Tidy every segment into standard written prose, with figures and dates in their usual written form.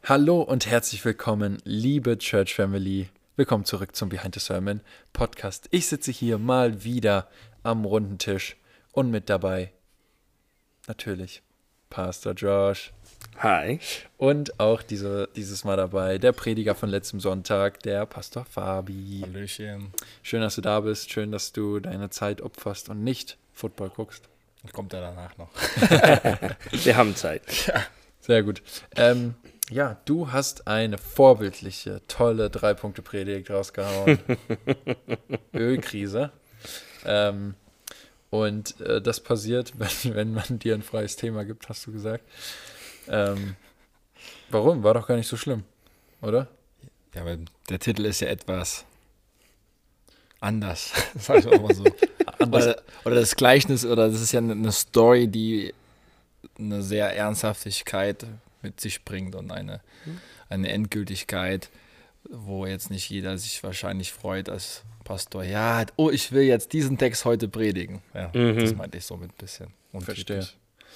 Hallo und herzlich willkommen, liebe Church Family. Willkommen zurück zum Behind the Sermon Podcast. Ich sitze hier mal wieder am runden Tisch und mit dabei natürlich Pastor Josh. Hi. Und auch dieses Mal dabei der Prediger von letztem Sonntag, der Pastor Fabi. Hallöchen. Schön, dass du da bist. Schön, dass du deine Zeit opferst und nicht Football guckst. Kommt er danach noch. Wir haben Zeit. Ja. Sehr gut. Ja, du hast eine vorbildliche, tolle 3-Punkte-Predigt rausgehauen. Ölkrise. Und das passiert, wenn man dir ein freies Thema gibt, hast du gesagt. Warum? War doch gar nicht so schlimm, oder? Ja, aber der Titel ist ja etwas anders, sag ich auch mal so. Oder das Gleichnis, oder das ist ja eine Story, die eine sehr Ernsthaftigkeit mit sich bringt und eine Endgültigkeit, wo jetzt nicht jeder sich wahrscheinlich freut als Pastor. Ja, ich will jetzt diesen Text heute predigen. Ja, das meinte ich so mit ein bisschen. Verstehe.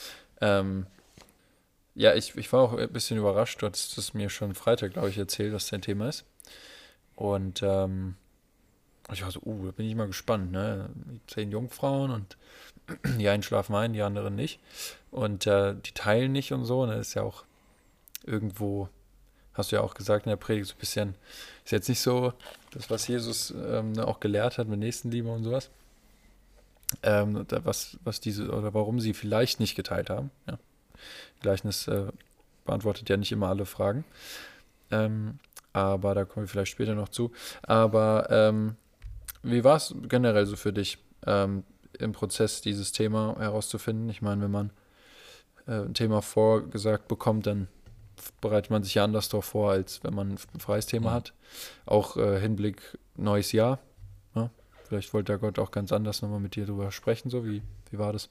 Ja, ich war auch ein bisschen überrascht. Du hattest es mir schon Freitag, glaube ich, erzählt, was dein Thema ist. Und ich war so, da bin ich mal gespannt. Ne? 10 Jungfrauen und die einen schlafen ein, die anderen nicht. Und die teilen nicht und so. Ne? Das ist ja auch irgendwo, hast du ja auch gesagt in der Predigt, so ein bisschen, ist jetzt nicht so das, was Jesus auch gelehrt hat mit Nächstenliebe und sowas. Was diese, oder warum sie vielleicht nicht geteilt haben. Ja. Gleichnis beantwortet ja nicht immer alle Fragen. Aber da kommen wir vielleicht später noch zu. Aber wie war es generell so für dich im Prozess, dieses Thema herauszufinden? Ich meine, wenn man ein Thema vorgesagt bekommt, dann bereitet man sich ja anders darauf vor, als wenn man ein freies Thema hat. Auch Hinblick neues Jahr. Ja? Vielleicht wollte der Gott auch ganz anders nochmal mit dir drüber sprechen. So, wie war das?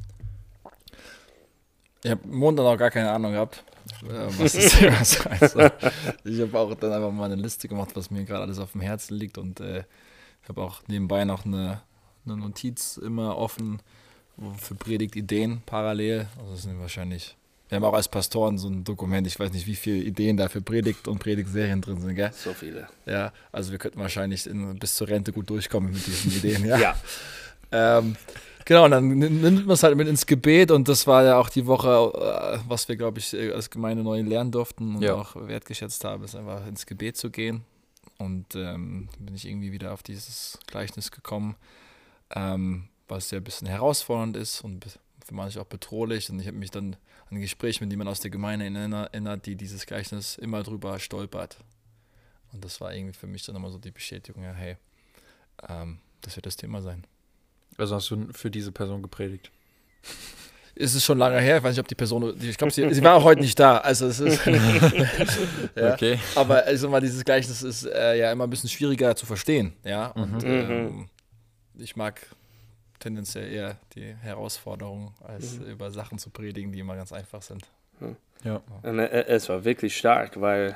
Ich habe Montag noch gar keine Ahnung gehabt, was das Thema heißt. Ich habe auch dann einfach mal eine Liste gemacht, was mir gerade alles auf dem Herzen liegt, und ich habe auch nebenbei noch eine Notiz immer offen für Predigtideen parallel. Also das sind wahrscheinlich, wir haben auch als Pastoren so ein Dokument, ich weiß nicht, wie viele Ideen da für Predigt und Predigtserien drin sind, gell? So viele. Ja, also wir könnten wahrscheinlich bis zur Rente gut durchkommen mit diesen Ideen, ja. Ja. Genau, und dann nimmt man es halt mit ins Gebet, und das war ja auch die Woche, was wir, glaube ich, als Gemeinde neu lernen durften und auch wertgeschätzt haben, ist einfach ins Gebet zu gehen. Und bin ich irgendwie wieder auf dieses Gleichnis gekommen, was ja ein bisschen herausfordernd ist und für manche auch bedrohlich. Und ich habe mich dann an ein Gespräch mit jemandem aus der Gemeinde erinnert, die dieses Gleichnis immer drüber stolpert. Und das war irgendwie für mich dann immer so die Bestätigung, ja, hey, das wird das Thema sein. Also hast du für diese Person gepredigt? Es ist schon lange her, ich weiß nicht, ob die Person, ich glaube, sie war auch heute nicht da, also es ist, ja, okay. Aber also mal dieses Gleichnis ist ja immer ein bisschen schwieriger zu verstehen, ja, und ich mag tendenziell eher die Herausforderung, als über Sachen zu predigen, die immer ganz einfach sind. Ja. Und es war wirklich stark, weil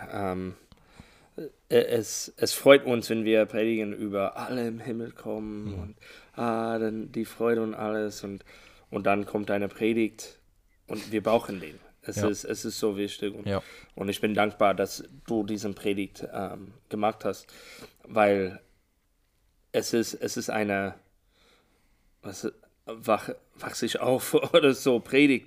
es freut uns, wenn wir predigen über alle im Himmel kommen und dann die Freude und alles, und dann kommt eine Predigt und wir brauchen den. Es ist so wichtig, und ich bin dankbar, dass du diesen Predigt gemacht hast, weil es ist eine wach sich auf oder so Predigt.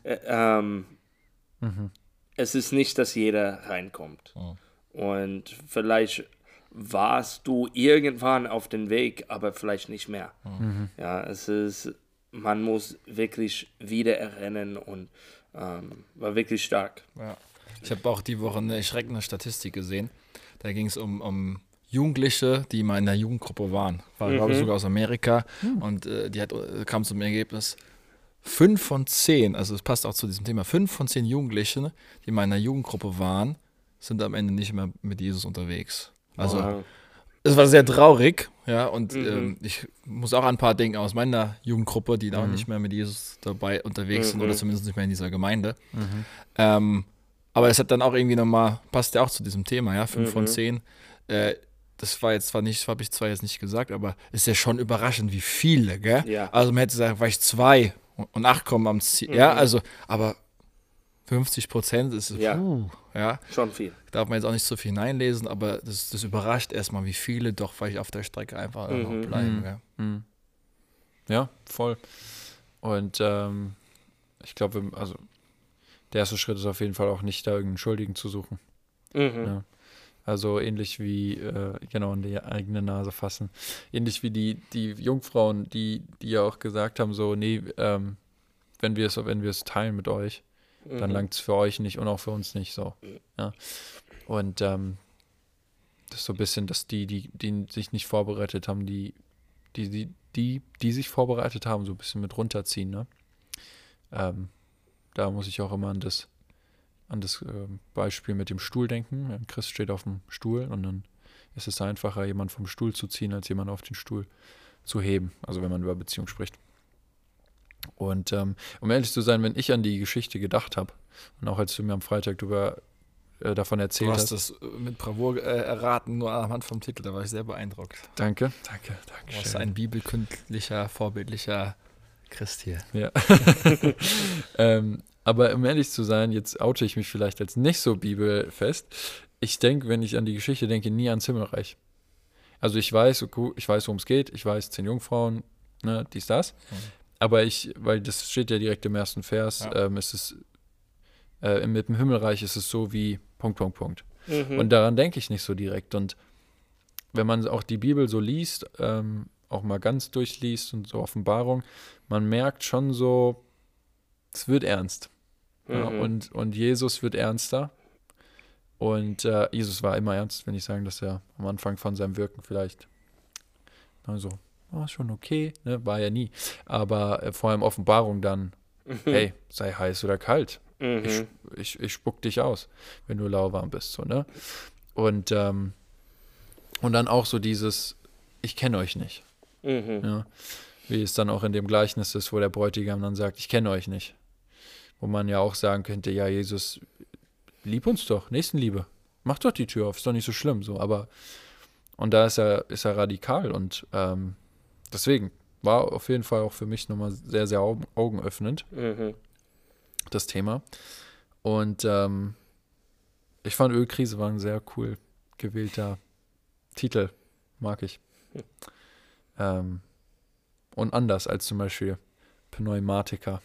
Es ist nicht, dass jeder reinkommt. Und vielleicht warst du irgendwann auf dem Weg, aber vielleicht nicht mehr. Ja, man muss wirklich wieder erinnern, und war wirklich stark. Ja. Ich habe auch die Woche eine erschreckende Statistik gesehen. Da ging es um Jugendliche, die mal in der Jugendgruppe waren. War, glaube ich, sogar aus Amerika. Und kam zum Ergebnis, 5 von 10, also es passt auch zu diesem Thema, 5 von 10 Jugendliche, die mal in einer Jugendgruppe waren, sind am Ende nicht mehr mit Jesus unterwegs. Also es war sehr traurig, ja, und ich muss auch an ein paar denken aus meiner Jugendgruppe, die auch nicht mehr mit Jesus dabei unterwegs sind, oder zumindest nicht mehr in dieser Gemeinde. Aber es hat dann auch irgendwie nochmal, passt ja auch zu diesem Thema, ja, 5 von 10. Das war jetzt habe ich zwar jetzt nicht gesagt, aber ist ja schon überraschend, wie viele, gell? Ja. Also man hätte gesagt, vielleicht 2 und 8 kommen am Ziel, ja, also, aber 50% ist es, ja. Schon viel. Darf man jetzt auch nicht so viel hineinlesen, aber das überrascht erstmal, wie viele doch vielleicht auf der Strecke einfach noch bleiben. Ja. Ja, voll. Und ich glaube, also der erste Schritt ist auf jeden Fall auch nicht, da irgendeinen Schuldigen zu suchen. Ja. Also ähnlich wie, in die eigene Nase fassen. Ähnlich wie die Jungfrauen, die ja auch gesagt haben, so, nee, wenn wir es teilen mit euch, dann langt es für euch nicht und auch für uns nicht so. Ja. Und das ist so ein bisschen, dass die sich nicht vorbereitet haben, die sich vorbereitet haben, so ein bisschen mit runterziehen. Ne? Da muss ich auch immer an das Beispiel mit dem Stuhl denken. Ein Christ steht auf dem Stuhl und dann ist es einfacher, jemanden vom Stuhl zu ziehen, als jemanden auf den Stuhl zu heben. Also wenn man über Beziehung spricht. Und um ehrlich zu sein, wenn ich an die Geschichte gedacht habe und auch als du mir am Freitag davon erzählt hast. Du hast das mit Bravour erraten, nur anhand vom Titel, da war ich sehr beeindruckt. Danke. Du warst ein bibelkündlicher, vorbildlicher Christ hier. Ja. Aber um ehrlich zu sein, jetzt oute ich mich vielleicht als nicht so bibelfest. Ich denke, wenn ich an die Geschichte denke, nie ans Himmelreich. Also ich weiß, worum es geht, ich weiß 10 Jungfrauen, ne, dies, das. Aber weil das steht ja direkt im ersten Vers, ist es mit dem Himmelreich ist es so wie ... Und daran denke ich nicht so direkt. Und wenn man auch die Bibel so liest, auch mal ganz durchliest und so Offenbarung, man merkt schon so, es wird ernst. Ja, und Jesus wird ernster. Und Jesus war immer ernst, wenn ich sagen, dass er am Anfang von seinem Wirken vielleicht also, war schon okay, ne? War ja nie. Aber vor allem Offenbarung dann, hey, sei heiß oder kalt. Ich spuck dich aus, wenn du lauwarm bist. So, ne? Und dann auch so dieses, ich kenne euch nicht. Ja? Wie es dann auch in dem Gleichnis ist, wo der Bräutigam dann sagt, ich kenne euch nicht. Wo man ja auch sagen könnte, ja, Jesus, lieb uns doch, Nächstenliebe. Mach doch die Tür auf, ist doch nicht so schlimm. So, aber und da ist er radikal und deswegen war auf jeden Fall auch für mich nochmal sehr, sehr augenöffnend, das Thema. Und ich fand Ölkrise war ein sehr cool gewählter Titel, mag ich. Und anders als zum Beispiel Pneumatiker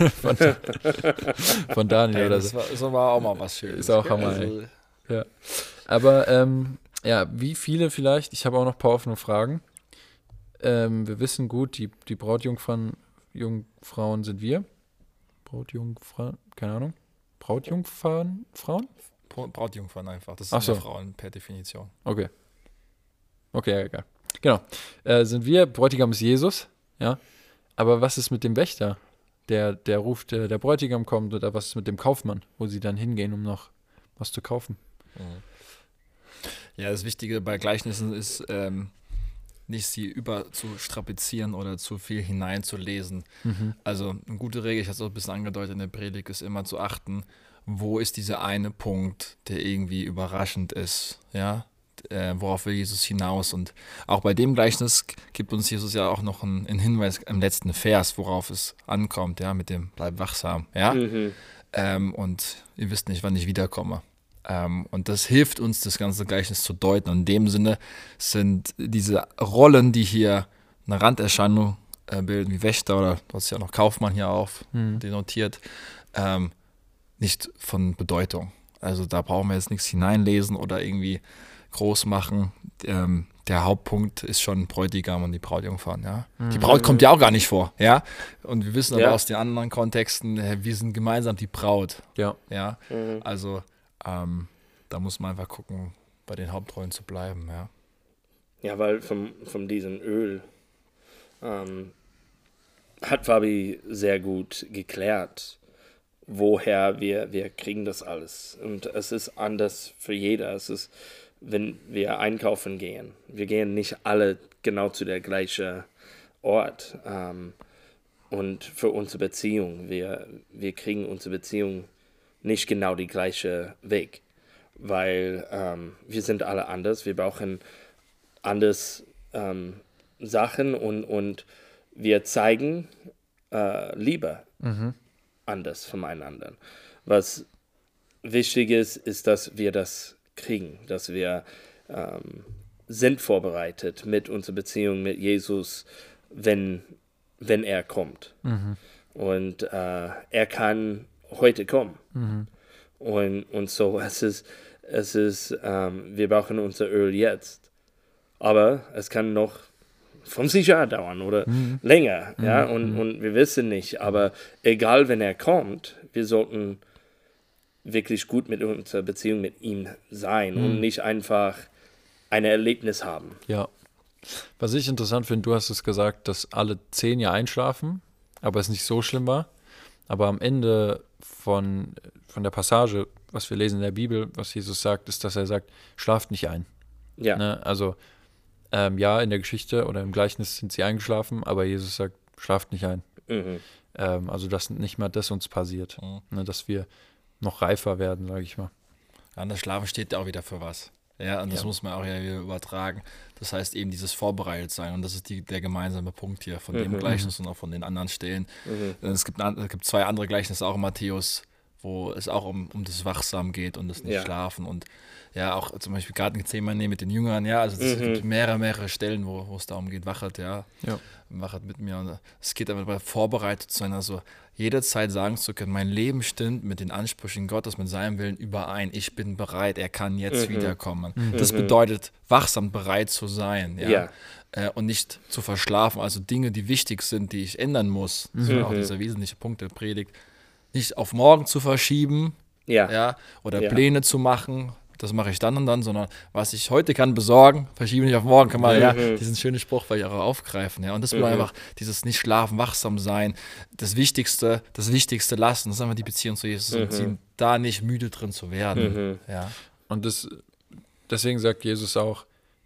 von Daniel oder so. So war auch mal was Schönes. Ist auch Hammer, also, ja. Aber ja, wie viele vielleicht, ich habe auch noch ein paar offene Fragen. Wir wissen gut, die Brautjungfrauen sind wir. Brautjungfrauen, keine Ahnung. Brautjungfrauen? Brautjungfern einfach, das sind ja Frauen per Definition. Okay, ja, egal. Genau. Sind wir, Bräutigam ist Jesus, ja. Aber was ist mit dem Wächter? Der ruft, der Bräutigam kommt, oder was ist mit dem Kaufmann, wo sie dann hingehen, um noch was zu kaufen? Ja, das Wichtige bei Gleichnissen ist, nicht sie überzustrapazieren oder zu viel hineinzulesen. Also eine gute Regel, ich hatte es auch ein bisschen angedeutet in der Predigt, ist immer zu achten, wo ist dieser eine Punkt, der irgendwie überraschend ist, ja, worauf will Jesus hinaus? Und auch bei dem Gleichnis gibt uns Jesus ja auch noch einen Hinweis im letzten Vers, worauf es ankommt, ja, mit dem bleib wachsam, ja, und ihr wisst nicht, wann ich wiederkomme. Und das hilft uns, das ganze Gleichnis zu deuten. Und in dem Sinne sind diese Rollen, die hier eine Randerscheinung bilden, wie Wächter oder du hast ja noch Kaufmann hier auf, denotiert, nicht von Bedeutung. Also da brauchen wir jetzt nichts hineinlesen oder irgendwie groß machen. Der Hauptpunkt ist schon Bräutigam und die Brautjungfern, ja. Die Braut kommt ja auch gar nicht vor, ja. Und wir wissen aber aus den anderen Kontexten, wir sind gemeinsam die Braut. Ja. Also da muss man einfach gucken, bei den Hauptrollen zu bleiben, ja. Ja, weil von diesem Öl hat Fabi sehr gut geklärt, woher wir kriegen das alles. Und es ist anders für jeder. Es ist, wenn wir einkaufen gehen. Wir gehen nicht alle genau zu der gleichen Ort. Und für unsere Beziehung, wir kriegen unsere Beziehung nicht genau die gleiche Weg, weil wir sind alle anders, wir brauchen anders Sachen und wir zeigen Liebe anders voneinander. was wichtig ist, ist, dass wir das kriegen, dass wir sind vorbereitet mit unserer Beziehung mit Jesus, wenn er kommt. Und er kann heute kommen. Und so, es ist, wir brauchen unser Öl jetzt. Aber es kann noch 50 Jahre dauern oder länger. Ja? Und wir wissen nicht. Aber egal, wenn er kommt, wir sollten wirklich gut mit unserer Beziehung mit ihm sein und nicht einfach ein Erlebnis haben. Ja. Was ich interessant finde, du hast es gesagt, dass alle 10 Jahre einschlafen, aber es nicht so schlimm war. Aber am Ende von der Passage, was wir lesen in der Bibel, was Jesus sagt, ist, dass er sagt, schlaft nicht ein. Ja. Ne? Also, ja, in der Geschichte oder im Gleichnis sind sie eingeschlafen, aber Jesus sagt, schlaft nicht ein. Also, dass nicht mal das uns passiert. Ne? Dass wir noch reifer werden, sage ich mal. Ja, und das Schlafen steht ja auch wieder für was. Ja, und das muss man auch ja wieder übertragen. Das heißt eben dieses Vorbereitetsein. Und das ist der gemeinsame Punkt hier von dem Gleichnis und auch von den anderen Stellen. Es gibt 2 andere Gleichnisse auch in Matthäus, wo es auch um das Wachsam geht und das Nicht-Schlafen. Und ja, auch zum Beispiel Garten Gethsemane mit den Jüngern. Ja, also es gibt mehrere Stellen, wo es darum geht, wachet, wachet mit mir. Und es geht aber dabei, vorbereitet zu sein, also jederzeit sagen zu können, mein Leben stimmt mit den Ansprüchen Gottes, mit seinem Willen überein. Ich bin bereit, er kann jetzt wiederkommen. Das bedeutet, wachsam bereit zu sein. Und nicht zu verschlafen. Also Dinge, die wichtig sind, die ich ändern muss. Das ist auch dieser wesentliche Punkt der Predigt. Nicht auf morgen zu verschieben oder Pläne zu machen. Das mache ich dann und dann, sondern was ich heute kann besorgen, verschiebe nicht auf morgen. Kann man diesen schönen Spruch vielleicht auch aufgreifen. Ja? Und das bedeutet einfach dieses nicht schlafen, wachsam sein, das Wichtigste lassen. Das ist einfach die Beziehung zu Jesus und da nicht müde drin zu werden. Ja. Und deswegen sagt Jesus auch,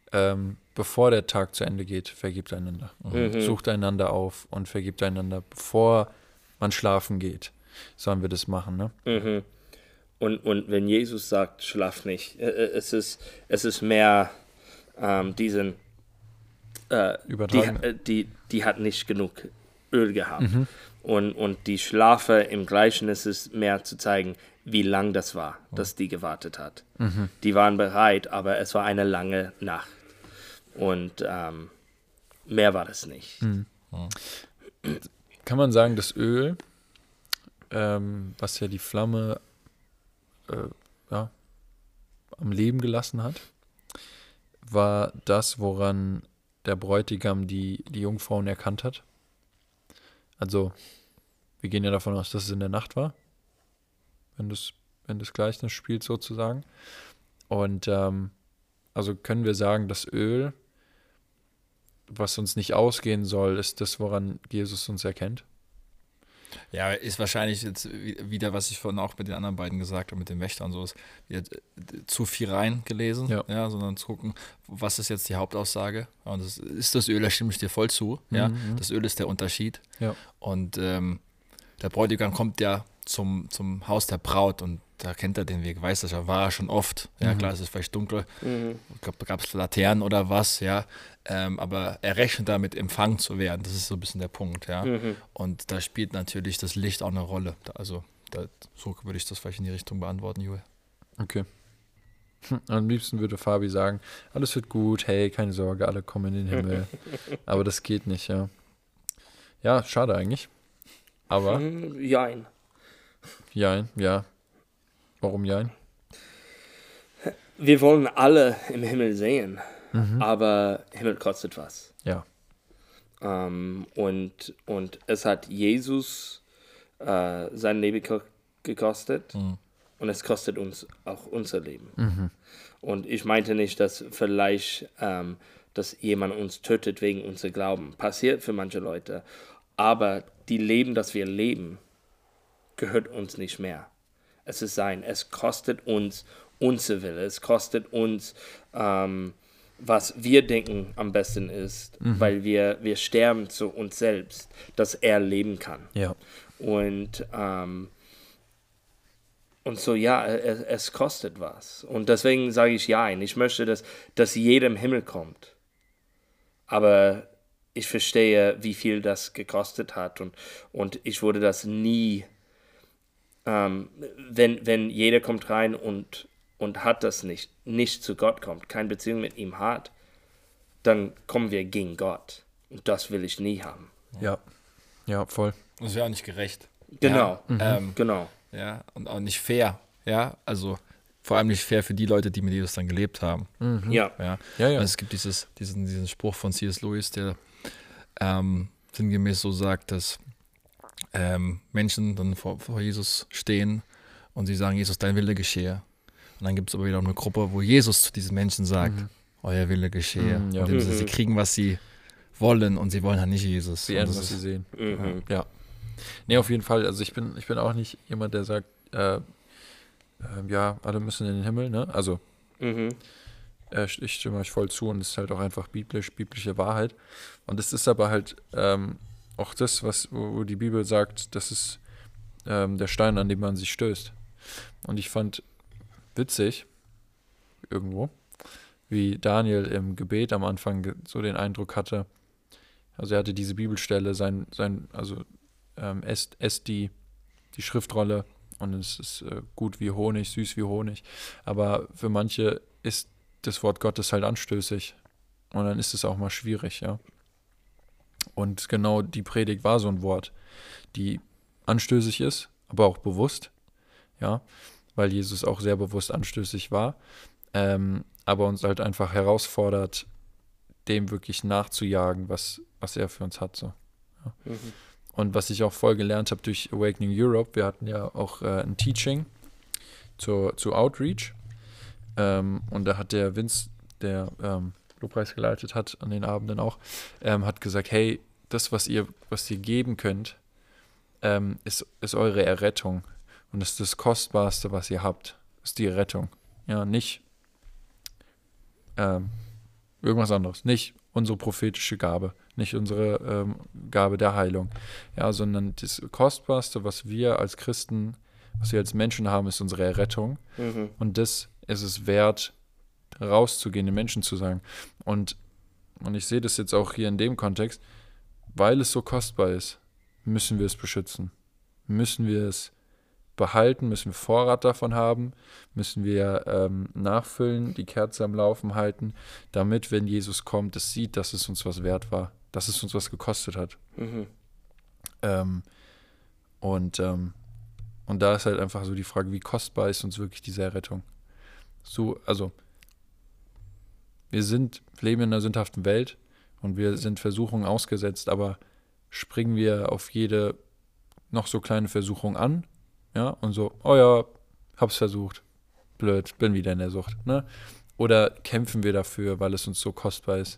bevor der Tag zu Ende geht, vergibt einander. Sucht einander auf und vergibt einander, bevor man schlafen geht. Sollen wir das machen, ne? Und wenn Jesus sagt, schlaf nicht, es ist mehr diesen, die hat nicht genug Öl gehabt. Und die Schlafe im Gleichnis ist mehr zu zeigen, wie lang das war, dass die gewartet hat. Die waren bereit, aber es war eine lange Nacht. Und mehr war das nicht. Kann man sagen, das Öl, was ja die Flamme am Leben gelassen hat, war das, woran der Bräutigam die Jungfrauen erkannt hat. Also, wir gehen ja davon aus, dass es in der Nacht war, wenn das Gleichnis spielt sozusagen. Und also können wir sagen, das Öl, was uns nicht ausgehen soll, ist das, woran Jesus uns erkennt. Ja, ist wahrscheinlich jetzt wieder, was ich vorhin auch mit den anderen beiden gesagt habe, mit den Wächtern und so, ist zu viel reingelesen, sondern zu gucken, was ist jetzt die Hauptaussage. Und das ist das Öl, da stimme ich dir voll zu. Ja? Das Öl ist der Unterschied. Ja. Und der Bräutigam kommt ja zum Haus der Braut und da kennt er den Weg, weiß das ja, war er schon oft. Ja, klar, es ist vielleicht dunkel, gab es Laternen oder was, ja. Aber er rechnet damit, empfangen zu werden. Das ist so ein bisschen der Punkt, ja. Und da spielt natürlich das Licht auch eine Rolle. So würde ich das vielleicht in die Richtung beantworten, Joel. Okay. Am liebsten würde Fabi sagen, alles wird gut, hey, keine Sorge, alle kommen in den Himmel. Aber das geht nicht, ja. Ja, schade eigentlich. Aber. Jein. Ja. Warum jein? Wir wollen alle im Himmel sehen, aber Himmel kostet was. Ja. Und es hat Jesus sein Leben gekostet und es kostet uns auch unser Leben. Und ich meinte nicht, dass vielleicht, dass jemand uns tötet wegen unser Glauben. Passiert für manche Leute. Aber die Leben, das wir leben, gehört uns nicht mehr. Es ist sein. Es kostet uns unser Wille. Es kostet uns, was wir denken am besten ist, weil wir sterben zu uns selbst, dass er leben kann. Ja. Und so, ja, es kostet was. Und deswegen sage ich ja. Ich möchte, dass jeder im Himmel kommt. Aber ich verstehe, wie viel das gekostet hat. Und ich würde das nie wenn jeder kommt rein und hat das nicht zu Gott kommt, keine Beziehung mit ihm hat, dann kommen wir gegen Gott. Und das will ich nie haben. Ja, voll. Das wäre auch nicht gerecht. Genau, Genau. Ja, und auch nicht fair. Ja, also vor allem nicht fair für die Leute, die mit Jesus dann gelebt haben. Ja. Ja. Ja. Also es gibt diesen Spruch von C.S. Lewis, der sinngemäß so sagt, dass Menschen dann vor Jesus stehen und sie sagen, Jesus, dein Wille geschehe. Und dann gibt es aber wieder eine Gruppe, wo Jesus zu diesen Menschen sagt, euer Wille geschehe. Ja. Und sie kriegen, was sie wollen und sie wollen halt nicht Jesus. Sie ernten, was sie sehen. Ja. Nee, auf jeden Fall. Also ich bin auch nicht jemand, der sagt, ja, alle müssen in den Himmel, ne? Also ich stimme euch voll zu und es ist halt auch einfach biblische Wahrheit. Und es ist aber halt auch das, wo die Bibel sagt, das ist der Stein, an dem man sich stößt. Und ich fand witzig, irgendwo, wie Daniel im Gebet am Anfang so den Eindruck hatte, also er hatte diese Bibelstelle, esst die Schriftrolle und es ist gut wie Honig, süß wie Honig. Aber für manche ist das Wort Gottes halt anstößig und dann ist es auch mal schwierig, ja. Und genau die Predigt war so ein Wort, die anstößig ist, aber auch bewusst, ja, weil Jesus auch sehr bewusst anstößig war, aber uns halt einfach herausfordert, dem wirklich nachzujagen, was er für uns hat, so. Ja. Und was ich auch voll gelernt habe durch Awakening Europe, wir hatten ja auch ein Teaching zu Outreach, und da hat der Vince, der Lobpreis geleitet hat an den Abenden auch, hat gesagt, hey, das, was ihr geben könnt, ist eure Errettung. Und das ist das Kostbarste, was ihr habt, ist die Errettung. Ja, nicht irgendwas anderes. Nicht unsere prophetische Gabe, nicht unsere Gabe der Heilung. Ja, sondern das Kostbarste, was wir als Christen, was wir als Menschen haben, ist unsere Errettung. Und das ist es wert, rauszugehen, den Menschen zu sagen. Und ich sehe das jetzt auch hier in dem Kontext, weil es so kostbar ist, müssen wir es beschützen. Müssen wir es behalten, müssen wir Vorrat davon haben, müssen wir nachfüllen, die Kerze am Laufen halten, damit, wenn Jesus kommt, es sieht, dass es uns was wert war, dass es uns was gekostet hat. Und da ist halt einfach so die Frage, wie kostbar ist uns wirklich diese Errettung? So, also wir leben in einer sündhaften Welt und wir sind Versuchungen ausgesetzt, aber springen wir auf jede noch so kleine Versuchung an, ja, und so, oh ja, hab's versucht, blöd, bin wieder in der Sucht, ne? Oder kämpfen wir dafür, weil es uns so kostbar ist?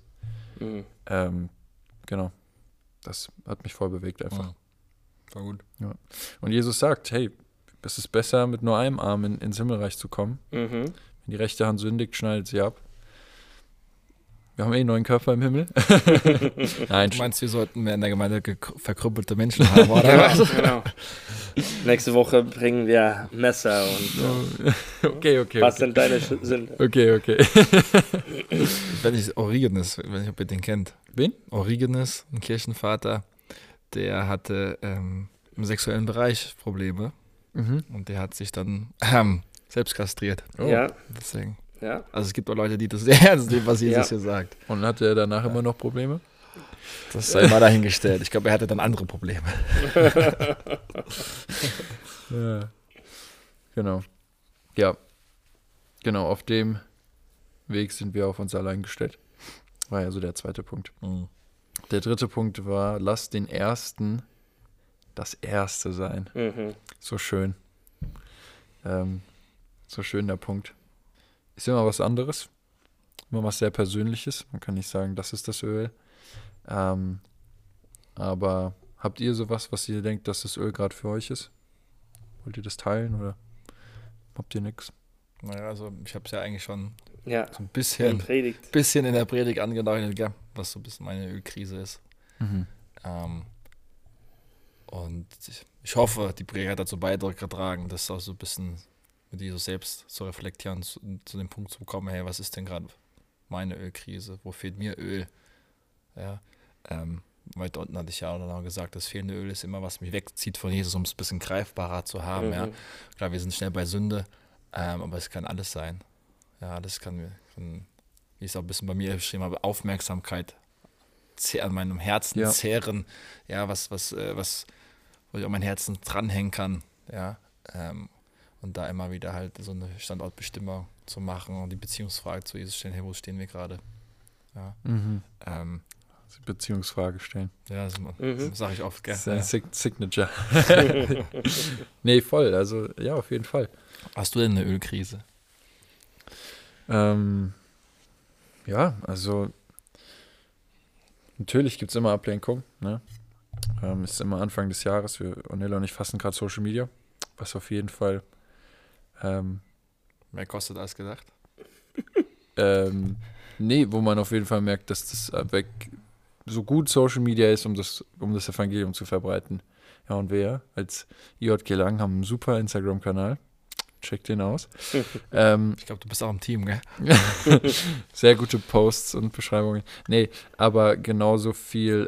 Genau, das hat mich voll bewegt einfach. War gut. Ja. Und Jesus sagt, hey, es ist besser, mit nur einem Arm ins Himmelreich zu kommen. Wenn die rechte Hand sündigt, schneidet sie ab. Wir haben einen neuen Körper im Himmel. Nein, du meinst, wir sollten mehr in der Gemeinde verkrüppelte Menschen haben, oder was? Genau. Nächste Woche bringen wir Messer und okay. Was sind deine Sünden? Okay. Wenn ich Origenes, wenn ich, ob ihr den kennt. Wen? Origenes, ein Kirchenvater, der hatte im sexuellen Bereich Probleme und der hat sich dann selbst kastriert. Ja. Deswegen. Ja. Also es gibt auch Leute, die das sehr ernst nehmen, was Jesus hier sagt. Und hatte er danach immer noch Probleme? Das sei mal dahingestellt. Ich glaube, er hatte dann andere Probleme. Ja. Genau. Ja. Genau, auf dem Weg sind wir auf uns allein gestellt. War ja so der zweite Punkt. Der dritte Punkt war, lass den Ersten das Erste sein. So schön. So schön der Punkt. Ist immer was anderes. Immer was sehr Persönliches. Man kann nicht sagen, das ist das Öl. Aber habt ihr sowas, was ihr denkt, dass das Öl gerade für euch ist? Wollt ihr das teilen oder habt ihr nichts? Naja, also ich habe es ja eigentlich schon so ein bisschen in der Predigt angedeutet, ja, was so ein bisschen meine Ölkrise ist. Und ich hoffe, die Predigt hat dazu beigetragen, das auch so ein bisschen mit Jesus selbst zu reflektieren, zu dem Punkt zu kommen, hey, was ist denn gerade meine Ölkrise? Wo fehlt mir Öl? Ja, weiter unten hatte ich ja auch noch gesagt, das fehlende Öl ist immer, was mich wegzieht von Jesus, um es ein bisschen greifbarer zu haben. Ja. Klar, wir sind schnell bei Sünde, aber es kann alles sein. Ja, das kann, wie ich es auch ein bisschen bei mir geschrieben habe, Aufmerksamkeit an meinem Herzen zehren, ja, was wo ich an mein Herzen dranhängen kann, ja, und da immer wieder halt so eine Standortbestimmung zu machen und die Beziehungsfrage zu Jesus stellen, hey, wo stehen wir gerade? Ja. Die Beziehungsfrage stellen. Ja, das sage ich oft gerne. Das ist ein Signature. Nee, voll, also ja, auf jeden Fall. Hast du denn eine Ölkrise? Ja, also natürlich gibt es immer Ablenkung, ne? Es ist immer Anfang des Jahres, Ornella und ich fassen gerade Social Media, was auf jeden Fall Mehr kostet als gedacht? nee, wo man auf jeden Fall merkt, dass das so gut Social Media ist, um das Evangelium zu verbreiten. Ja, und wir als IJG Lang haben einen super Instagram-Kanal. Checkt den aus. Ich glaube, du bist auch im Team, gell? Sehr gute Posts und Beschreibungen. Nee, aber genauso viel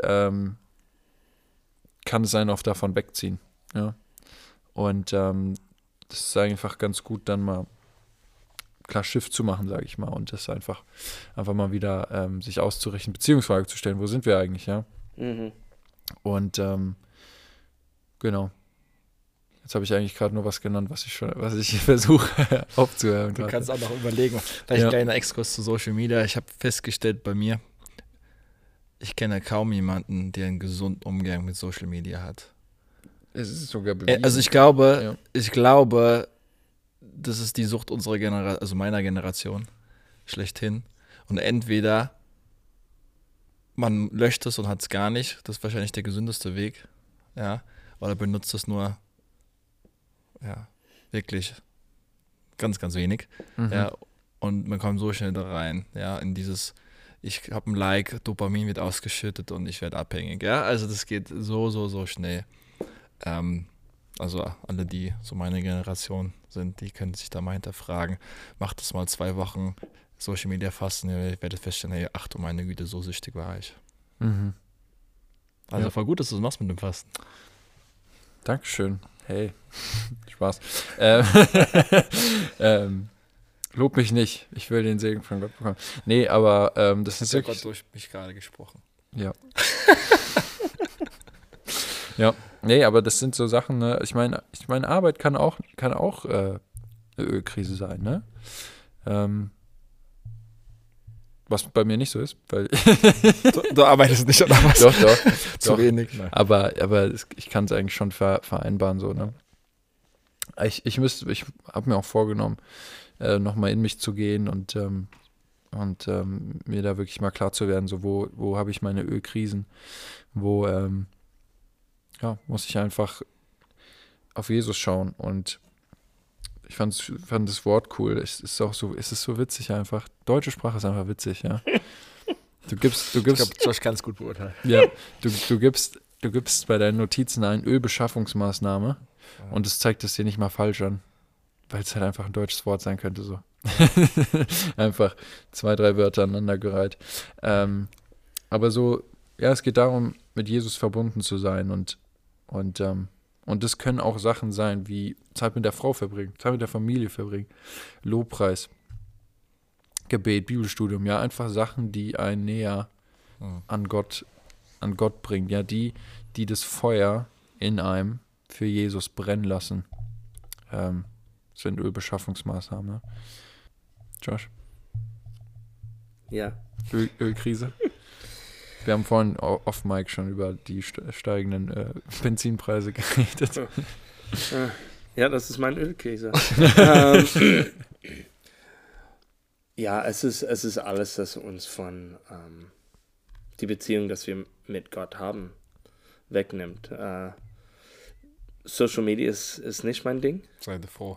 kann es einen auch davon wegziehen. Ja. Und das ist einfach ganz gut, dann mal klar Shift zu machen, sage ich mal, und das einfach mal wieder sich auszurichten, Beziehungsfrage zu stellen, wo sind wir eigentlich, ja? Und genau. Jetzt habe ich eigentlich gerade nur was genannt, was ich versuche aufzuhören. Du kannst auch noch überlegen. Vielleicht ein kleiner Exkurs zu Social Media. Ich habe festgestellt bei mir, ich kenne kaum jemanden, der einen gesunden Umgang mit Social Media hat. Es ist sogar bewiesen. Also ich glaube, das ist die Sucht unserer Generation, also meiner Generation, schlechthin. Und entweder man löscht es und hat es gar nicht, das ist wahrscheinlich der gesündeste Weg, ja, oder benutzt es nur, ja, wirklich ganz, ganz wenig, ja, und man kommt so schnell da rein, ja, in dieses, ich habe ein Like, Dopamin wird ausgeschüttet und ich werde abhängig, ja, also das geht so schnell. Also alle, die so meine Generation sind, die können sich da mal hinterfragen. Macht das mal 2 Wochen Social Media Fasten, ihr werdet feststellen, hey, ach du meine Güte, so süchtig war ich. Also voll gut, dass du das machst mit dem Fasten. Dankeschön. Hey, Spaß. Lob mich nicht. Ich will den Segen von Gott bekommen. Nee, aber das ist wirklich... Gott durch mich gerade gesprochen. Ja. Ja. Nee, aber das sind so Sachen, ne? Ich meine, Arbeit kann auch eine Ölkrise sein, ne? Was bei mir nicht so ist, weil du arbeitest nicht oder was? Doch. Zu wenig. Nein. Aber ich kann es eigentlich schon vereinbaren, so, ne? Ich habe mir auch vorgenommen, nochmal in mich zu gehen und mir da wirklich mal klar zu werden, so wo habe ich meine Ölkrisen, wo muss ich einfach auf Jesus schauen. Und ich fand das Wort cool. Es ist so witzig einfach. Deutsche Sprache ist einfach witzig, ja. Du gibst. Ich glaube, Josh kann es gut beurteilen. Ja, du gibst bei deinen Notizen eine Ölbeschaffungsmaßnahme und es zeigt es dir nicht mal falsch an. Weil es halt einfach ein deutsches Wort sein könnte, so. Einfach 2, 3 Wörter aneinandergereiht. Aber so, ja, es geht darum, mit Jesus verbunden zu sein und das können auch Sachen sein, wie Zeit mit der Frau verbringen, Zeit mit der Familie verbringen, Lobpreis, Gebet, Bibelstudium, ja, einfach Sachen, die einen näher an Gott bringen, ja, die das Feuer in einem für Jesus brennen lassen. Sind Ölbeschaffungsmaßnahmen, ne? Josh? Ja. Ölkrise? Wir haben vorhin off-Mic schon über die steigenden Benzinpreise geredet. Ja, das ist mein Ölkäse. Ja, es ist alles, das uns von die Beziehung, das wir mit Gott haben, wegnimmt. Social Media ist nicht mein Ding. Seid froh.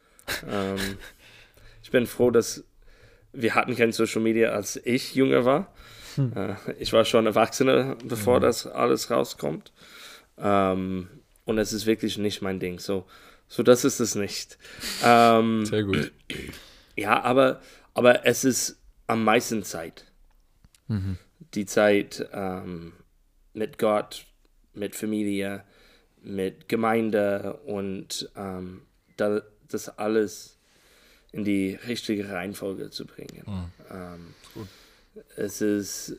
Ich bin froh, dass wir hatten kein Social Media, als ich jünger war. Ich war schon Erwachsener, bevor das alles rauskommt. Und es ist wirklich nicht mein Ding. So das ist es nicht. Sehr gut. Ja, aber es ist am meisten Zeit. Die Zeit mit Gott, mit Familie, mit Gemeinde und das alles in die richtige Reihenfolge zu bringen. Gut. Es ist,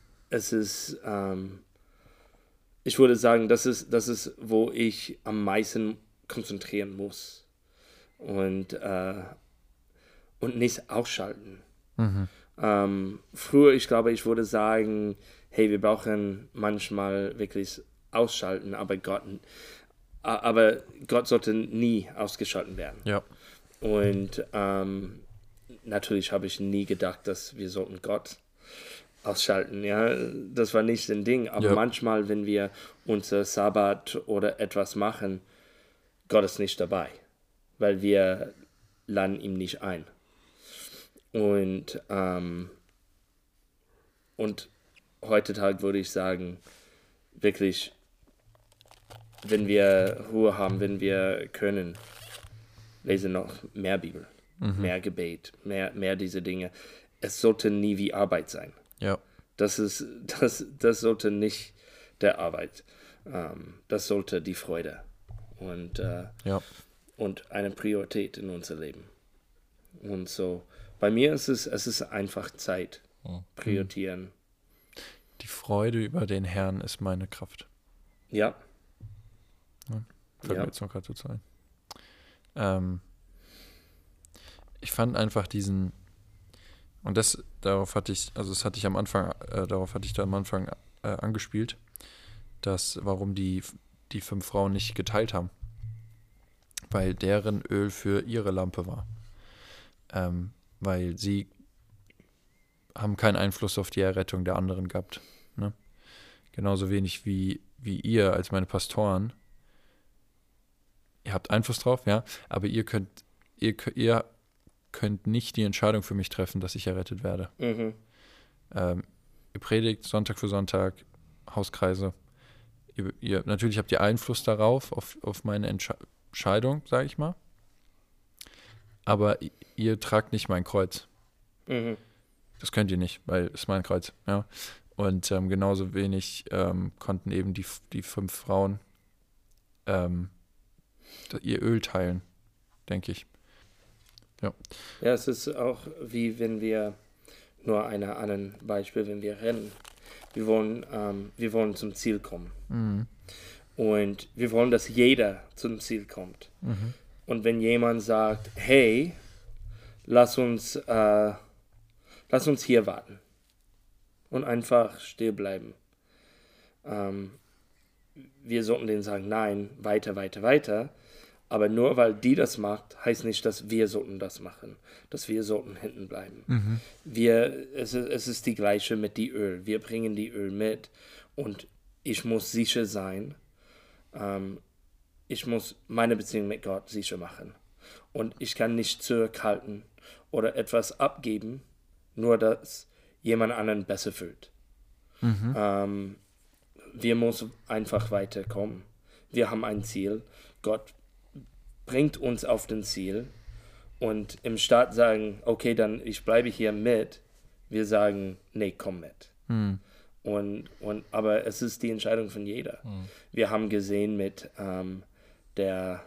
ich würde sagen, das ist, wo ich am meisten konzentrieren muss und nicht ausschalten. Früher, ich glaube, ich würde sagen, hey, wir brauchen manchmal wirklich ausschalten, aber Gott sollte nie ausgeschaltet werden. Ja. Und natürlich habe ich nie gedacht, dass wir sollten Gott ausschalten. Ja, das war nicht ein Ding. Aber manchmal, wenn wir unser Sabbat oder etwas machen, Gott ist nicht dabei, weil wir laden ihm nicht ein. Und heutzutage würde ich sagen, wirklich, wenn wir Ruhe haben, wenn wir können, lesen noch mehr Bibel, mehr Gebet, mehr diese Dinge. Es sollte nie wie Arbeit sein. Ja. Das sollte nicht der Arbeit. Das sollte die Freude und eine Priorität in unser Leben. Und so, bei mir ist es einfach Zeit. Prioritieren. Die Freude über den Herrn ist meine Kraft. Ja. Fällt mir jetzt noch gerade dazu ein. Ich fand einfach diesen, und darauf hatte ich am Anfang angespielt, warum die 5 Frauen nicht geteilt haben. Weil deren Öl für ihre Lampe war. Weil sie haben keinen Einfluss auf die Errettung der anderen gehabt. Ne? Genauso wenig wie ihr als meine Pastoren. Ihr habt Einfluss drauf, ja, aber ihr könnt nicht die Entscheidung für mich treffen, dass ich errettet werde. Ihr predigt Sonntag für Sonntag, Hauskreise. Natürlich habt ihr Einfluss darauf, auf meine Entscheidung, sage ich mal. Aber ihr tragt nicht mein Kreuz. Das könnt ihr nicht, weil es ist mein Kreuz. Ja. Und genauso wenig konnten eben die 5 Frauen ihr Öl teilen, denke ich. Ja. Ja, es ist auch wie wenn wir, nur ein anderes Beispiel, wenn wir rennen. Wir wollen zum Ziel kommen. Und wir wollen, dass jeder zum Ziel kommt. Und wenn jemand sagt, hey, lass uns hier warten und einfach stehen bleiben. Wir sollten denen sagen, nein, weiter. Aber nur weil die das macht, heißt nicht, dass wir sollten das machen, dass wir sollten hinten bleiben. Es ist die gleiche mit die Öl. Wir bringen die Öl mit und ich muss sicher sein, ich muss meine Beziehung mit Gott sicher machen. Und ich kann nicht zurückhalten oder etwas abgeben, nur dass jemand anderen besser fühlt. Wir müssen einfach weiterkommen. Wir haben ein Ziel. Gott bringt uns auf den Ziel und im Start sagen, okay, dann ich bleibe hier mit. Wir sagen, nee, komm mit. Aber es ist die Entscheidung von jeder. Wir haben gesehen mit der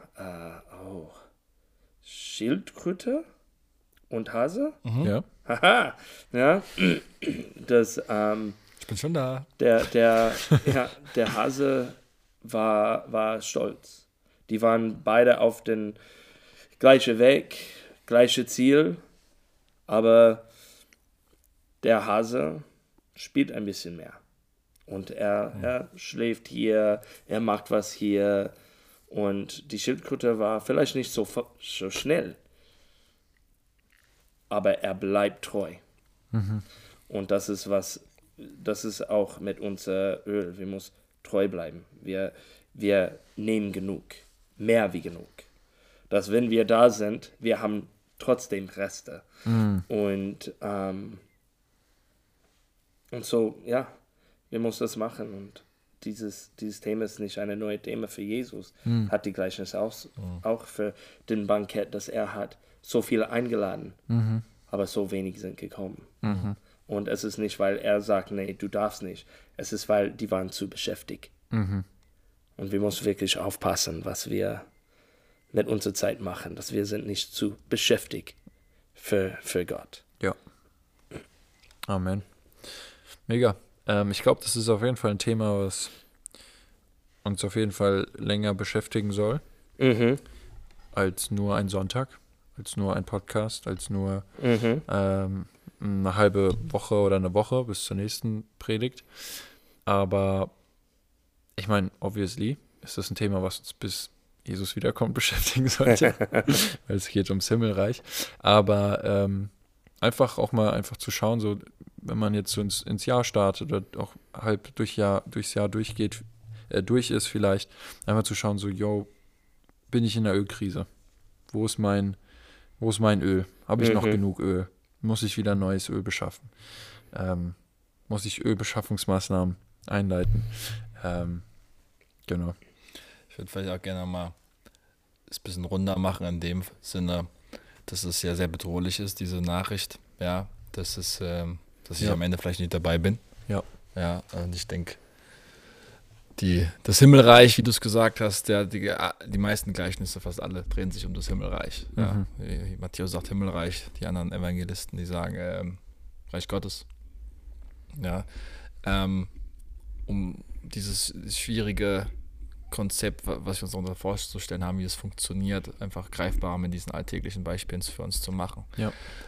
Schildkröte und Hase. Ja. Haha, ja, das Ich bin schon da. der Hase war stolz. Die waren beide auf den gleichen Weg, gleiche Ziel, aber der Hase spielt ein bisschen mehr. Und er schläft hier, er macht was hier und die Schildkröte war vielleicht nicht so schnell, aber er bleibt treu. Und das ist auch mit unser Öl. Wir müssen treu bleiben. Wir nehmen genug. Mehr wie genug. Dass wenn wir da sind, wir haben trotzdem Reste. Und so, ja, wir müssen das machen. Und dieses Thema ist nicht eine neue Thema für Jesus. Hat die Gleichnis auch für den Bankett, das er hat. So viele eingeladen, aber so wenig sind gekommen. Und es ist nicht, weil er sagt, nee, du darfst nicht. Es ist, weil die waren zu beschäftigt. Und wir müssen wirklich aufpassen, was wir mit unserer Zeit machen, dass wir sind nicht zu beschäftigt für Gott. Ja. Amen. Mega. Ich glaube, das ist auf jeden Fall ein Thema, was uns auf jeden Fall länger beschäftigen soll, als nur ein Sonntag, als nur ein Podcast, als nur eine halbe Woche oder eine Woche bis zur nächsten Predigt. Aber ich meine, obviously ist das ein Thema, was uns bis Jesus wiederkommt beschäftigen sollte, weil es geht ums Himmelreich. Aber einfach auch mal einfach zu schauen, so wenn man jetzt so ins Jahr startet oder auch halb durchs Jahr durchgeht, durch ist vielleicht, einfach zu schauen, so, yo, bin ich in der Ölkrise? Wo ist mein Öl? Habe ich noch genug Öl? Muss ich wieder neues Öl beschaffen? Muss ich Ölbeschaffungsmaßnahmen einleiten? Genau. Ich würde vielleicht auch gerne mal es ein bisschen runder machen in dem Sinne, dass es ja sehr bedrohlich ist, diese Nachricht, ja, dass ich am Ende vielleicht nicht dabei bin. Ja. Ja, und ich denke, das Himmelreich, wie du es gesagt hast, die meisten Gleichnisse, fast alle, drehen sich um das Himmelreich. Ja. Wie Matthäus sagt Himmelreich, die anderen Evangelisten, die sagen Reich Gottes. Ja. Um dieses schwierige Konzept, was wir uns darunter vorzustellen haben, wie es funktioniert, einfach greifbar mit diesen alltäglichen Beispielen für uns zu machen. Ja.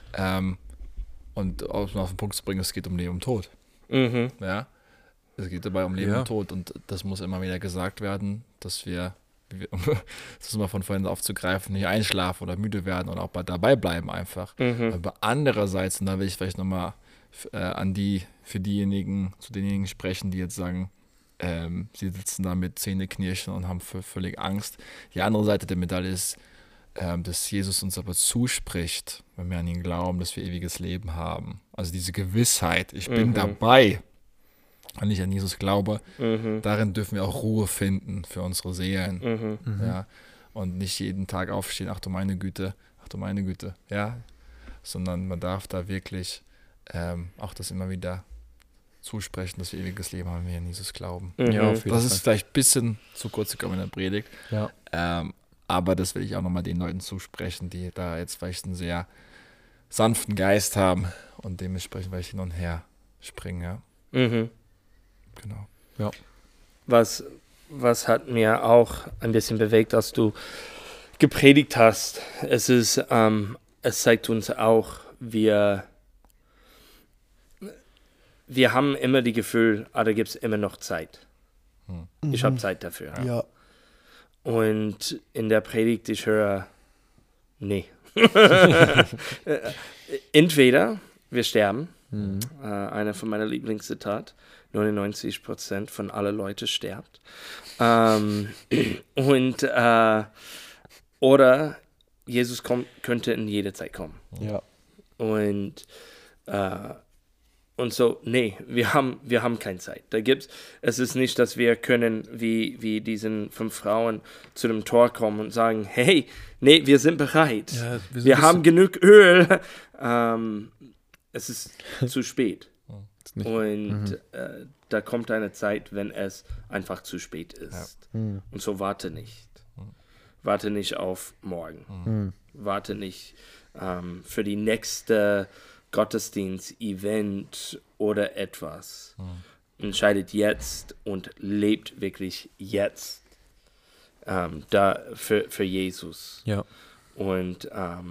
Und auf den Punkt zu bringen, es geht um Leben und Tod. Ja. Es geht dabei um Leben und Tod und das muss immer wieder gesagt werden, dass das ist mal von vorhin aufzugreifen, nicht einschlafen oder müde werden und auch dabei bleiben einfach. Aber andererseits, und da will ich vielleicht nochmal zu denjenigen sprechen, die jetzt sagen, sie sitzen da mit Zähneknirschen und haben völlig Angst. Die andere Seite der Medaille ist, dass Jesus uns aber zuspricht, wenn wir an ihn glauben, dass wir ewiges Leben haben. Also diese Gewissheit, ich bin dabei, wenn ich an Jesus glaube, darin dürfen wir auch Ruhe finden für unsere Seelen. Ja? Und nicht jeden Tag aufstehen, ach du meine Güte, ja? Sondern man darf da wirklich auch das immer wieder zusprechen, dass wir ewiges Leben haben, wenn wir an Jesus glauben. Ja, das ist vielleicht ein bisschen zu kurz gekommen in der Predigt. Ja. Aber das will ich auch nochmal den Leuten zusprechen, die da jetzt vielleicht einen sehr sanften Geist haben und dementsprechend vielleicht hin und her springen, ja. Genau. Ja. Was hat mir auch ein bisschen bewegt, als du gepredigt hast, es zeigt uns auch, wir haben immer die Gefühl, da gibt es immer noch Zeit. Ich habe Zeit dafür. Ja. Und in der Predigt, ich höre, nee. Entweder wir sterben, einer von meinen Lieblingszitat, 99% von allen Leuten stirbt. Oder Jesus könnte in jeder Zeit kommen. Ja. Und so, nee, wir haben keine Zeit. Es ist nicht, dass wir können, wie diesen 5 Frauen zu dem Tor kommen und sagen, hey, nee, wir sind bereit. Ja, wir haben genug Öl. Es ist zu spät. Und da kommt eine Zeit, wenn es einfach zu spät ist. Ja. Und so warte nicht. Warte nicht auf morgen. Warte nicht für die nächste Gottesdienst, Event oder etwas. Entscheidet jetzt und lebt wirklich jetzt da für Jesus. Ja. Und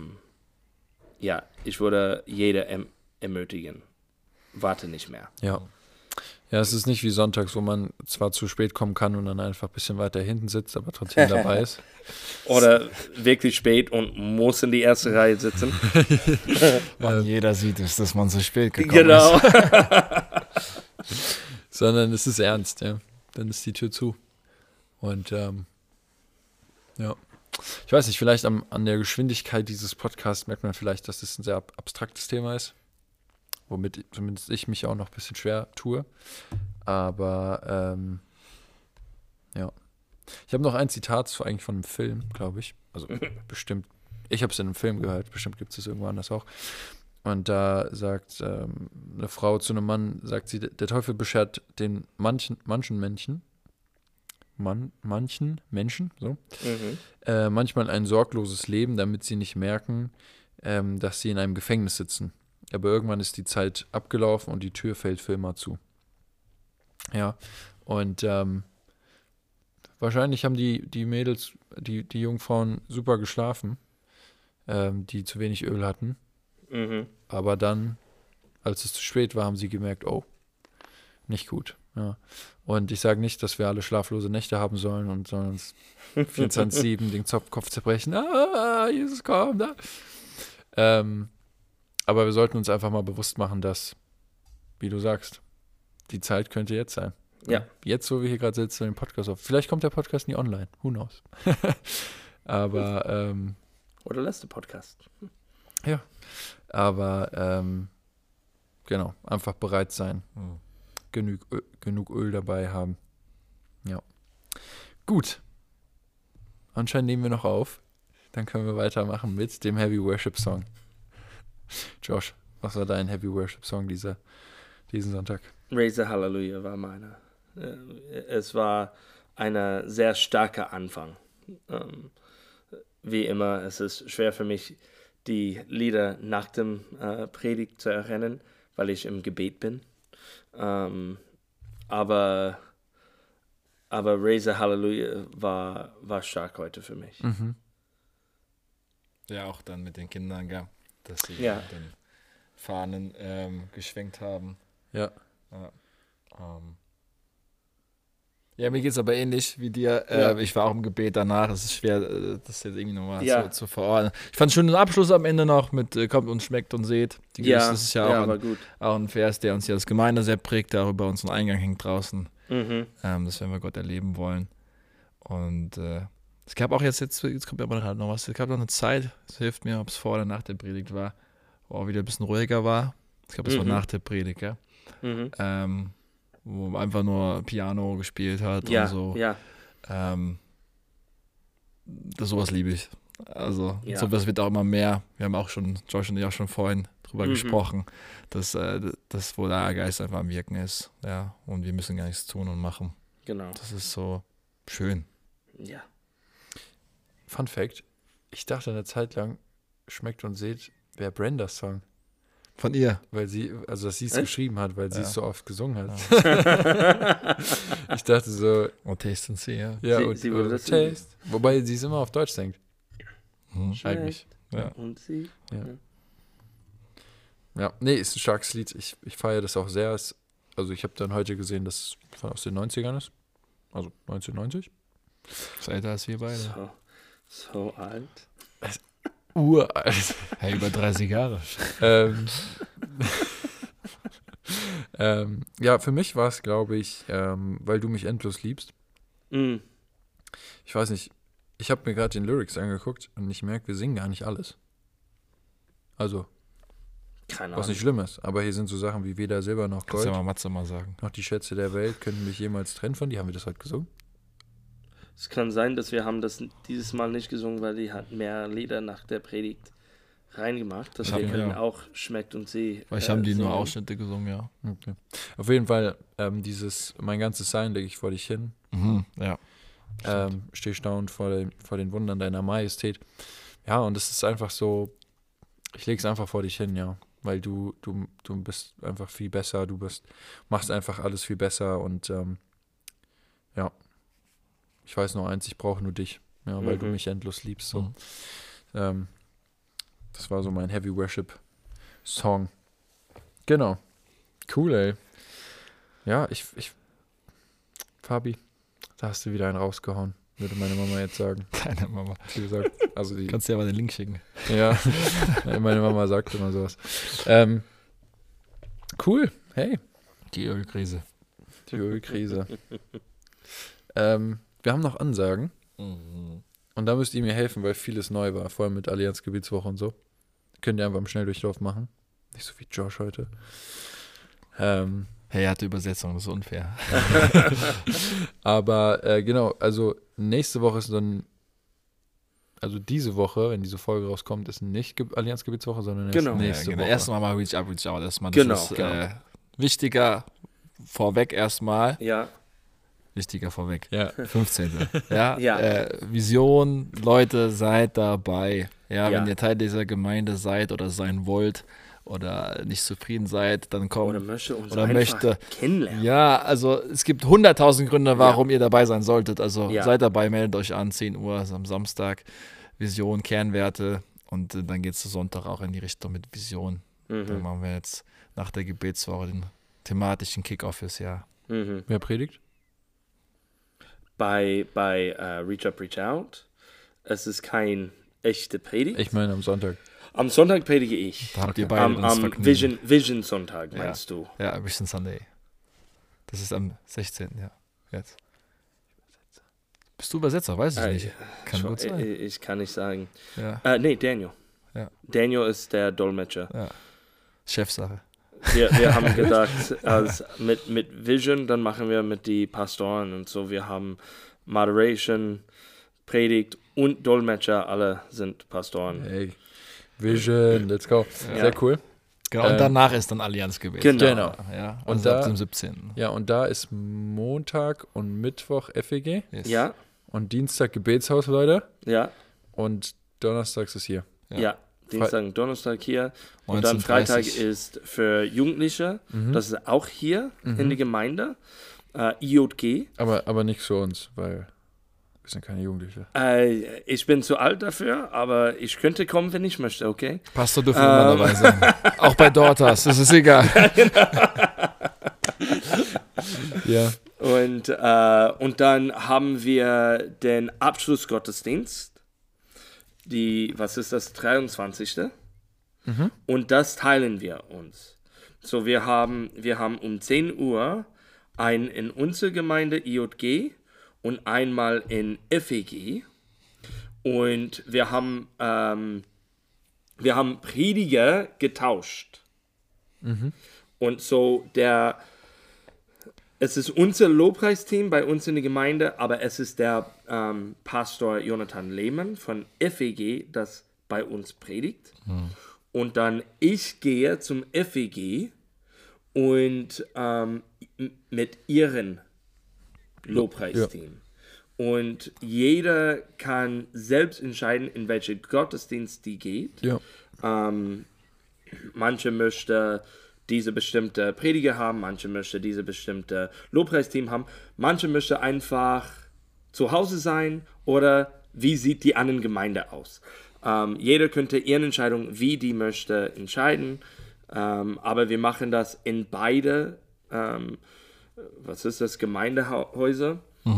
ich würde jeder ermutigen. Warte nicht mehr. Ja. Ja, es ist nicht wie sonntags, wo man zwar zu spät kommen kann und dann einfach ein bisschen weiter hinten sitzt, aber trotzdem dabei ist. Oder wirklich spät und muss in die erste Reihe sitzen. Jeder sieht es, dass man zu spät gekommen ist. Sondern es ist ernst, ja. Dann ist die Tür zu. Und ja. Ich weiß nicht, vielleicht an der Geschwindigkeit dieses Podcasts merkt man vielleicht, dass es ein sehr abstraktes Thema ist. Womit zumindest ich mich auch noch ein bisschen schwer tue. Aber ja. Ich habe noch ein Zitat eigentlich von einem Film, glaube ich. Also bestimmt, ich habe es in einem Film gehört, bestimmt gibt es irgendwo anders auch. Und da sagt eine Frau zu einem Mann, sagt sie, der Teufel beschert den manchen Menschen, so, manchmal ein sorgloses Leben, damit sie nicht merken, dass sie in einem Gefängnis sitzen. Aber irgendwann ist die Zeit abgelaufen und die Tür fällt für immer zu. Ja, und wahrscheinlich haben die Mädels, die Jungfrauen super geschlafen, die zu wenig Öl hatten. Aber dann, als es zu spät war, haben sie gemerkt, oh, nicht gut. Ja. Und ich sage nicht, dass wir alle schlaflose Nächte haben sollen und sollen uns 24/7 den Kopf zerbrechen. Jesus, komm da. Aber wir sollten uns einfach mal bewusst machen, dass, wie du sagst, die Zeit könnte jetzt sein. Ja. Jetzt, wo wir hier gerade sitzen, den Podcast auf. Vielleicht kommt der Podcast nie online. Who knows? Aber, Oder letzte Podcast. ja. Aber, genau, einfach bereit sein. Genug Öl dabei haben. Ja. Gut. Anscheinend nehmen wir noch auf. Dann können wir weitermachen mit dem Heavy Worship Song. Josh, was war dein Heavy Worship Song diesen Sonntag? Raise the Hallelujah war meine. Es war ein sehr starker Anfang. Wie immer, es ist schwer für mich, die Lieder nach dem Predigt zu erinnern, weil ich im Gebet bin. Aber Raise the Hallelujah war stark heute für mich. Ja, auch dann mit den Kindern, gell? Dass sie Ja. mit den Fahnen geschwenkt haben. Ja. Ja, mir geht es aber ähnlich wie dir. Ja. Ich war auch im Gebet danach. Es ist schwer, das jetzt irgendwie nochmal Ja. zu verordnen. Ich fand schon den Abschluss am Ende noch mit kommt und schmeckt und seht. Das ist ja auch, war gut. auch ein Vers, der uns hier als Gemeinde sehr prägt, der auch über unseren Eingang hängt draußen. Das werden wir Gott erleben wollen. Und es gab auch jetzt kommt aber halt noch was. Es gab noch eine Zeit, es hilft mir, ob es vor oder nach der Predigt war, wo auch wieder ein bisschen ruhiger war. Ich glaube, es war nach der Predigt, ja. Wo man einfach nur Piano gespielt hat Ja, und so. ja. Sowas liebe ich. Also Ja. sowas wird auch immer mehr. Wir haben auch schon, Josh und ich auch schon vorhin drüber gesprochen, dass wo der Geist einfach am Wirken ist. Ja, und wir müssen gar nichts tun und machen. Genau. Das ist so schön. Ja. Fun Fact, ich dachte eine Zeit lang, schmeckt und seht, wäre Brendas Song. Von ihr. Weil sie, also dass sie es geschrieben hat, weil sie Ja. es so oft gesungen hat. Ich dachte so, Und Taste and See, ja. ja, Sie würde und das Taste. Wobei sie es immer auf Deutsch singt, eigentlich. Ja. Und sie? Ja, nee, ist ein starkes Lied. Ich feiere das auch sehr. Also ich habe dann heute gesehen, dass es aus den 90ern ist. Also 1990. Ist älter als wir beide. So alt. Uralt. Hey, über 30 Jahre. Ja, für mich war es, glaube ich, weil du mich endlos liebst. Ich weiß nicht, ich habe mir gerade den Lyrics angeguckt und ich merke, wir singen gar nicht alles. Also, Keine was Ahnung. nicht schlimm ist, aber hier sind so Sachen wie weder Silber noch Kannst Gold, ja mal Matze mal sagen. noch die Schätze der Welt können mich jemals trennen von dir. Haben wir das heute gesungen? Es kann sein, dass wir haben das dieses Mal nicht gesungen, weil die hat mehr Lieder nach der Predigt reingemacht. Dass wir Ja. können auch Schmeckt und sie. Vielleicht haben die nur singen. Ausschnitte gesungen, ja. Okay. Auf jeden Fall, mein ganzes Sein lege ich vor dich hin. Ja. Steh staunend vor den Wundern deiner Majestät. Ja, und es ist einfach so, ich lege es einfach vor dich hin, ja. Weil du bist einfach viel besser, machst einfach alles viel besser und ja. Ich weiß nur eins, ich brauche nur dich, ja, weil du mich endlos liebst. So. Das war so mein Heavy Worship Song. Genau. Cool, ey. Ja, Fabi, da hast du wieder einen rausgehauen, würde meine Mama jetzt sagen. Deine Mama. Wie gesagt, also die, Kannst dir aber den Link schicken. ja, meine Mama sagt immer sowas. Cool, hey, Die Ölkrise. die Ölkrise. Wir haben noch Ansagen und da müsst ihr mir helfen, weil vieles neu war, vor allem mit Allianz Gebetswoche und so. Könnt ihr einfach im Schnelldurchlauf machen. Nicht so wie Josh heute. Hey, er hatte Übersetzung, das ist unfair. Aber genau, also nächste Woche ist dann, also diese Woche, wenn diese Folge rauskommt, ist nicht Allianz-Gebetswoche, sondern erst Genau. nächste Woche. Erstmal mal Reach Up, Reach Out. Erstmal, Genau, ist wichtiger vorweg erstmal. Ja. Wichtiger vorweg. Ja. 15. Ja, Ja. Vision, Leute, seid dabei. Ja, Ja. wenn ihr Teil dieser Gemeinde seid oder sein wollt oder nicht zufrieden seid, dann kommt. Oder möchte uns oder einfach möchte. kennenlernen. Ja, also es gibt 100.000 Gründe, warum ihr dabei sein solltet. Also Ja. seid dabei, meldet euch an, 10 Uhr am Samstag. Vision, Kernwerte. Und dann geht es Sonntag auch in die Richtung mit Vision. Dann machen wir jetzt nach der Gebetswoche den thematischen Kick-Off fürs Jahr. Wer predigt? Bei Reach Up, Reach Out, es ist kein echte Predigt. Ich meine am Sonntag. Am Sonntag predige ich. Da habt ihr beide das Am Vergnügen. Vision Sonntag, meinst du? Ja, Vision Sunday. Das ist am 16. Ja, jetzt. Bist du Übersetzer? Weiß ich nicht. Kann gut sein. Ich kann nicht sagen. Ja, Nee, Daniel. Ja. Daniel ist der Dolmetscher. ja. Chefsache. Wir haben gedacht, mit Vision, dann machen wir mit die Pastoren und so. Wir haben Moderation, Predigt und Dolmetscher, alle sind Pastoren. Hey, Vision, let's go. Ja. Sehr cool. Genau, und danach ist dann Allianz gewesen. Genau. Ja, Und also da- ab dem 17. Ja, und da ist Montag und Mittwoch FEG Yes. Ja, und Dienstag Gebetshaus, Leute. ja, Und Donnerstags ist hier. ja. Dienstag und Donnerstag hier. Und 19:30. dann Freitag ist für Jugendliche. Das ist auch hier in der Gemeinde. IJG. Aber nicht für uns, weil wir sind keine Jugendliche. Ich bin zu alt dafür, aber ich könnte kommen, wenn ich möchte, okay? Pastor dürfen immer dabei sein. Auch bei Dortas, das ist egal. Ja. Und dann haben wir den Abschlussgottesdienst. Was ist das? 23. Und das teilen wir uns. So, wir haben um 10 Uhr einen in unserer Gemeinde IJG und einmal in FEG. Und wir haben Prediger getauscht. Und so es ist unser Lobpreisteam bei uns in der Gemeinde, aber es ist der Pastor Jonathan Lehmann von FEG, das bei uns predigt. Und dann ich gehe zum FEG und mit ihren Lobpreisteam. Und jeder kann selbst entscheiden, in welchen Gottesdienst die geht. Ja. Manche möchten diese bestimmte Prediger haben, manche möchten diese bestimmte Lobpreisteam haben, manche möchten einfach zu Hause sein oder wie sieht die anderen Gemeinde aus. Jeder könnte ihre Entscheidung, wie die möchte, entscheiden, aber wir machen das in beide, Gemeindehäuser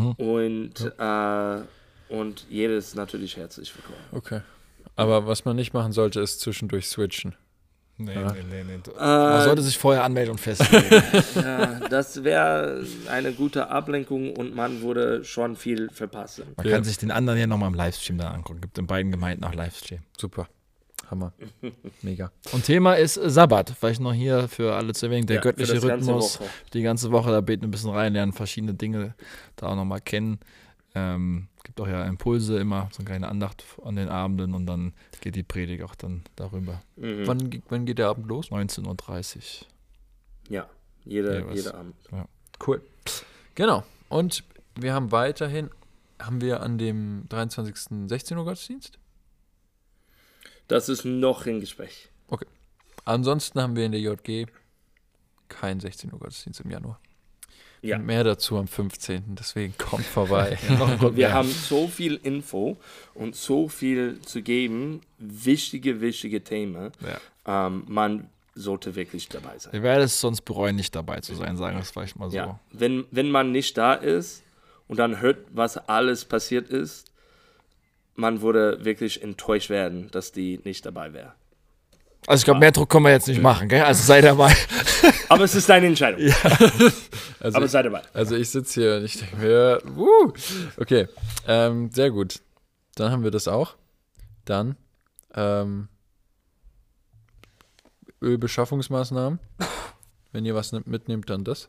und jeder ist natürlich herzlich willkommen. Okay. Aber was man nicht machen sollte, ist zwischendurch switchen. Nee. Man sollte sich vorher anmelden und festlegen. Ja, das wäre eine gute Ablenkung und man würde schon viel verpassen. Man kann sich den anderen ja nochmal im Livestream da angucken. Gibt in beiden Gemeinden auch Livestream. Super. Hammer. Mega. Und Thema ist Sabbat. Vielleicht noch hier für alle zu erwähnen. Der Ja, göttliche für das ganze Rhythmus. Woche. Die ganze Woche, da beten ein bisschen rein, lernen verschiedene Dinge da auch nochmal kennen. Gibt auch ja Impulse immer, so eine kleine Andacht an den Abenden und dann geht die Predigt auch dann darüber. Wann geht der Abend los? 19:30 Uhr. Ja, jeder Jeweils. Abend. Cool. Genau. Und wir haben wir an dem 23. 16 Uhr Gottesdienst? Das ist noch ein Gespräch. Okay. Ansonsten haben wir in der JG keinen 16 Uhr Gottesdienst im Januar. Ja. Mehr dazu am 15. Deswegen kommt vorbei. Wir haben so viel Info und so viel zu geben, wichtige Themen. Ja. Man sollte wirklich dabei sein. Ihr werdet es sonst bereuen, nicht dabei zu sein, sagen wir es vielleicht mal so. Ja. Wenn man nicht da ist und dann hört, was alles passiert ist, man würde wirklich enttäuscht werden, dass die nicht dabei wäre. Also ich glaube, mehr Druck können wir jetzt nicht machen, gell? Also sei dabei. Aber es ist deine Entscheidung. Also Aber sei dabei. Also ich sitze hier und ich denke mir, okay, sehr gut. Dann haben wir das auch. Dann Ölbeschaffungsmaßnahmen. Wenn ihr was mitnehmt, dann das.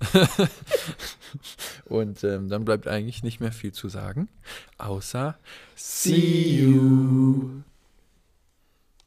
Und dann bleibt eigentlich nicht mehr viel zu sagen, außer See you.